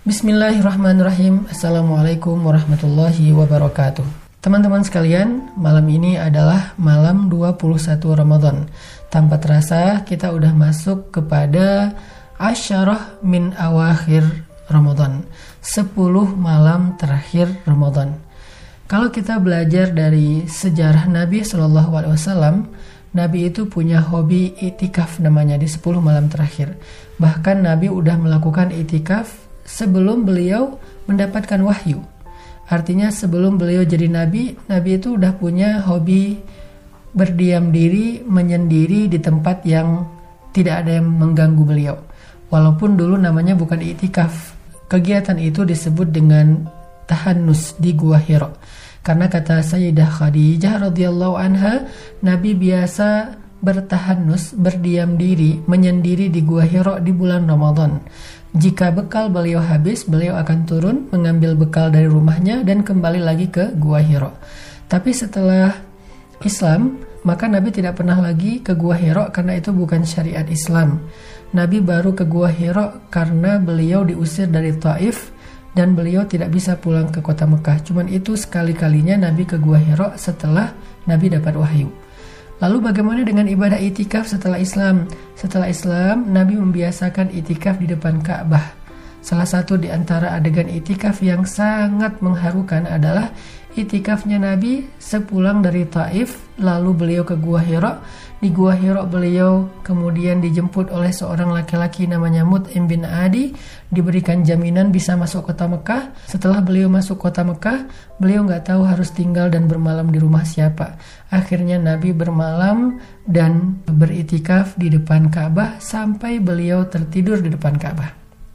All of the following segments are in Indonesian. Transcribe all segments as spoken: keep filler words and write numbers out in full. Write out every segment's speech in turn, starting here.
Bismillahirrahmanirrahim. Assalamualaikum warahmatullahi wabarakatuh. Teman-teman sekalian, malam ini adalah malam dua puluh satu Ramadan. Tanpa terasa kita udah masuk kepada asyarah min awakhir Ramadan, sepuluh malam terakhir Ramadan. Kalau kita belajar dari sejarah Nabi shallallahu alaihi wasallam, Nabi itu punya hobi itikaf namanya di sepuluh malam terakhir. Bahkan Nabi udah melakukan itikaf sebelum beliau mendapatkan wahyu. Artinya sebelum beliau jadi nabi, Nabi itu udah punya hobi berdiam diri, menyendiri di tempat yang tidak ada yang mengganggu beliau. Walaupun dulu namanya bukan itikaf. Kegiatan itu disebut dengan tahannus di Gua Hira. Karena kata Sayyidah Khadijah radhiyallahu anha, Nabi biasa bertahannus, berdiam diri, menyendiri di Gua Hira di bulan Ramadan. Jika bekal beliau habis, beliau akan turun mengambil bekal dari rumahnya dan kembali lagi ke Gua Hira. Tapi setelah Islam, maka Nabi tidak pernah lagi ke Gua Hira karena itu bukan syariat Islam. Nabi baru ke Gua Hira karena beliau diusir dari Taif dan beliau tidak bisa pulang ke kota Mekah. Cuman itu sekali-kalinya Nabi ke Gua Hira setelah Nabi dapat wahyu. Lalu bagaimana dengan ibadah itikaf setelah Islam? Setelah Islam, Nabi membiasakan itikaf di depan Ka'bah. Salah satu di antara adegan itikaf yang sangat mengharukan adalah itikafnya Nabi sepulang dari Taif, lalu beliau ke Gua Hira. Di Gua Hira beliau kemudian dijemput oleh seorang laki-laki namanya Mut'im bin Adi, diberikan jaminan bisa masuk kota Mekah. Setelah beliau masuk kota Mekah, beliau nggak tahu harus tinggal dan bermalam di rumah siapa. Akhirnya Nabi bermalam dan beritikaf di depan Ka'bah sampai beliau tertidur di depan Ka'bah.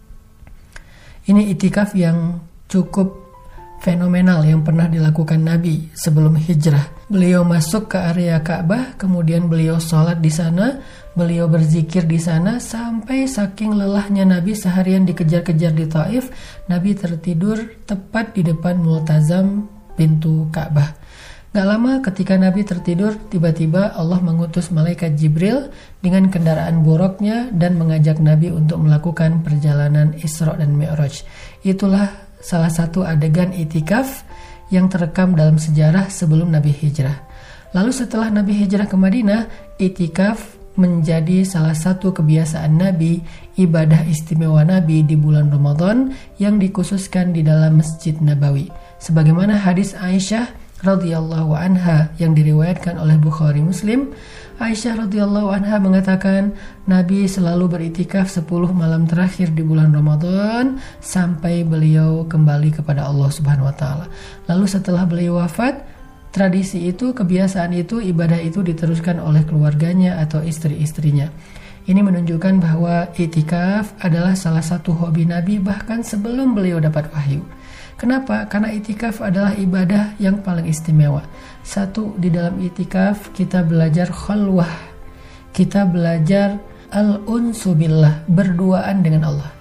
Ini itikaf yang cukup fenomenal yang pernah dilakukan Nabi sebelum hijrah. Beliau masuk ke area Ka'bah, kemudian beliau sholat di sana, beliau berzikir di sana sampai saking lelahnya Nabi seharian dikejar-kejar di Taif, Nabi tertidur tepat di depan multazam pintu Ka'bah. Gak lama ketika Nabi tertidur, tiba-tiba Allah mengutus malaikat Jibril dengan kendaraan boroknya dan mengajak Nabi untuk melakukan perjalanan Isra dan Mi'raj. Itulah salah satu adegan itikaf yang terekam dalam sejarah sebelum Nabi hijrah. Lalu setelah Nabi hijrah ke Madinah, itikaf menjadi salah satu kebiasaan Nabi, ibadah istimewa Nabi di bulan Ramadan yang dikhususkan di dalam Masjid Nabawi. Sebagaimana hadis Aisyah radhiyallahu anha yang diriwayatkan oleh Bukhari Muslim, Aisyah radhiyallahu anha mengatakan Nabi selalu beritikaf sepuluh malam terakhir di bulan Ramadan sampai beliau kembali kepada Allah Subhanahu wa taala. Lalu setelah beliau wafat, tradisi itu, kebiasaan itu, ibadah itu diteruskan oleh keluarganya atau istri-istrinya. Ini menunjukkan bahwa itikaf adalah salah satu hobi Nabi bahkan sebelum beliau dapat wahyu. Kenapa? Karena itikaf adalah ibadah yang paling istimewa. Satu, di dalam itikaf kita belajar khalwah. Kita belajar al-unsu billah, berduaan dengan Allah.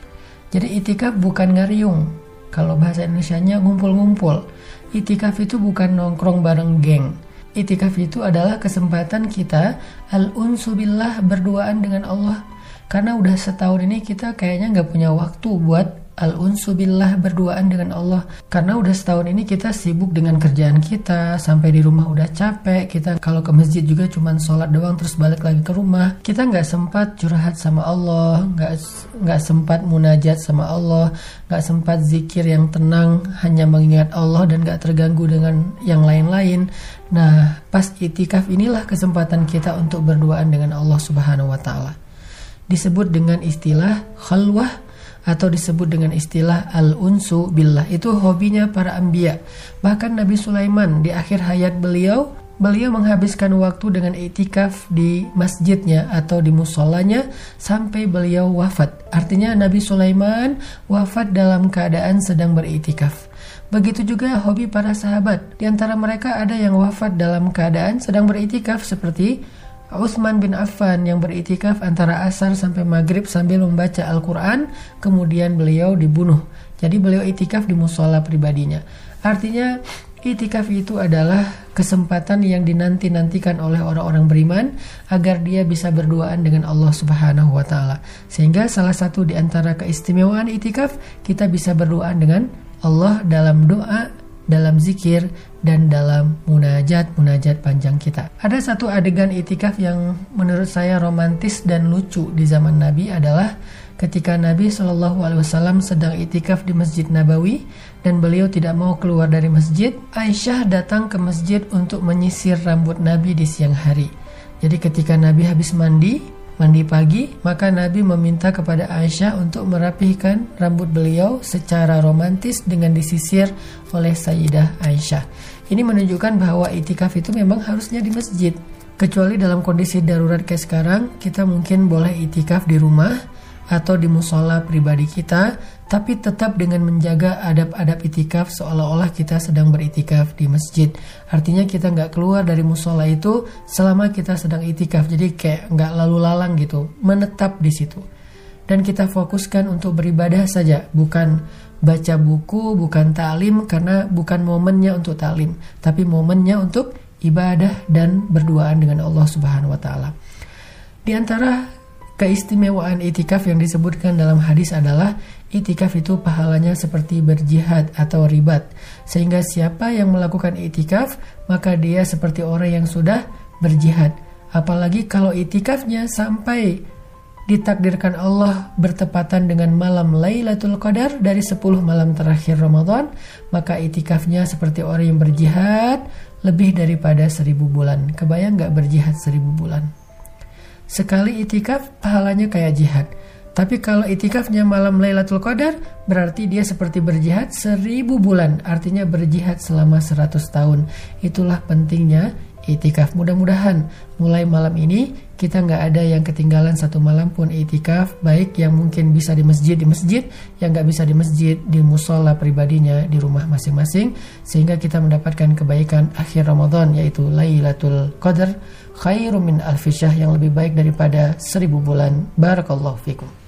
Jadi itikaf bukan ngariung. Kalau bahasa Indonesianya ngumpul-ngumpul. Itikaf itu bukan nongkrong bareng geng. Itikaf itu adalah kesempatan kita al-unsu billah, berduaan dengan Allah. Karena udah setahun ini kita kayaknya gak punya waktu buat al-unsu billah, berduaan dengan Allah. Karena udah setahun ini kita sibuk dengan kerjaan kita, sampai di rumah udah capek. Kita kalau ke masjid juga cuman sholat doang terus balik lagi ke rumah. Kita gak sempat curhat sama Allah, gak, gak sempat munajat sama Allah, gak sempat zikir yang tenang, hanya mengingat Allah dan gak terganggu dengan yang lain-lain. Nah, pas itikaf inilah kesempatan kita untuk berduaan dengan Allah Subhanahu wa taala. Disebut dengan istilah khalwah atau disebut dengan istilah al-unsu billah. Itu hobinya para anbiya. Bahkan Nabi Sulaiman di akhir hayat beliau, beliau menghabiskan waktu dengan itikaf di masjidnya atau di musolanya sampai beliau wafat. Artinya Nabi Sulaiman wafat dalam keadaan sedang beritikaf. Begitu juga hobi para sahabat. Di antara mereka ada yang wafat dalam keadaan sedang beritikaf seperti Utsman bin Affan yang beritikaf antara asar sampai maghrib sambil membaca Al-Quran, kemudian beliau dibunuh. Jadi beliau itikaf di musola pribadinya. Artinya Itikaf itu adalah kesempatan yang dinanti-nantikan oleh orang-orang beriman agar dia bisa berduaan dengan Allah Subhanahu wa taala. Sehingga salah satu di antara keistimewaan itikaf, kita bisa berduaan dengan Allah dalam doa, dalam zikir, dan dalam munajat-munajat panjang kita. Ada satu adegan itikaf yang menurut saya romantis dan lucu di zaman Nabi adalah ketika Nabi shallallahu alaihi wasallam sedang itikaf di Masjid Nabawi dan beliau tidak mau keluar dari masjid. Aisyah datang ke masjid untuk menyisir rambut Nabi di siang hari. Jadi ketika Nabi habis mandi, mandi pagi, maka Nabi meminta kepada Aisyah untuk merapihkan rambut beliau secara romantis dengan disisir oleh Sayyidah Aisyah. Ini menunjukkan bahwa itikaf itu memang harusnya di masjid. Kecuali dalam kondisi darurat kayak sekarang, kita mungkin boleh itikaf di rumah atau di musola pribadi kita, tapi tetap dengan menjaga adab-adab itikaf seolah-olah kita sedang beritikaf di masjid. Artinya kita nggak keluar dari musola itu selama kita sedang itikaf, jadi kayak nggak lalu lalang gitu, menetap di situ. Dan kita fokuskan untuk beribadah saja, bukan baca buku, bukan ta'lim, karena bukan momennya untuk ta'lim, tapi momennya untuk ibadah dan berduaan dengan Allah Subhanahu wa taala. Di antara keistimewaan itikaf yang disebutkan dalam hadis adalah itikaf itu pahalanya seperti berjihad atau ribat. Sehingga siapa yang melakukan itikaf, maka dia seperti orang yang sudah berjihad. Apalagi kalau itikafnya sampai ditakdirkan Allah bertepatan dengan malam Lailatul Qadar dari sepuluh malam terakhir Ramadan, maka itikafnya seperti orang yang berjihad lebih daripada seribu bulan. Kebayang gak berjihad seribu bulan? Sekali itikaf pahalanya kayak jihad. Tapi kalau itikafnya malam Lailatul Qadar, berarti dia seperti berjihad seribu bulan. Artinya berjihad selama seratus tahun. Itulah pentingnya itikaf. Mudah-mudahan mulai malam ini kita nggak ada yang ketinggalan satu malam pun itikaf. Baik yang mungkin bisa di masjid, di masjid. Yang nggak bisa di masjid, di musola pribadinya, di rumah masing-masing. Sehingga kita mendapatkan kebaikan akhir Ramadan, yaitu Lailatul Qadar khairum min alfi syahr, yang lebih baik daripada seribu bulan. Barakallahu fikum.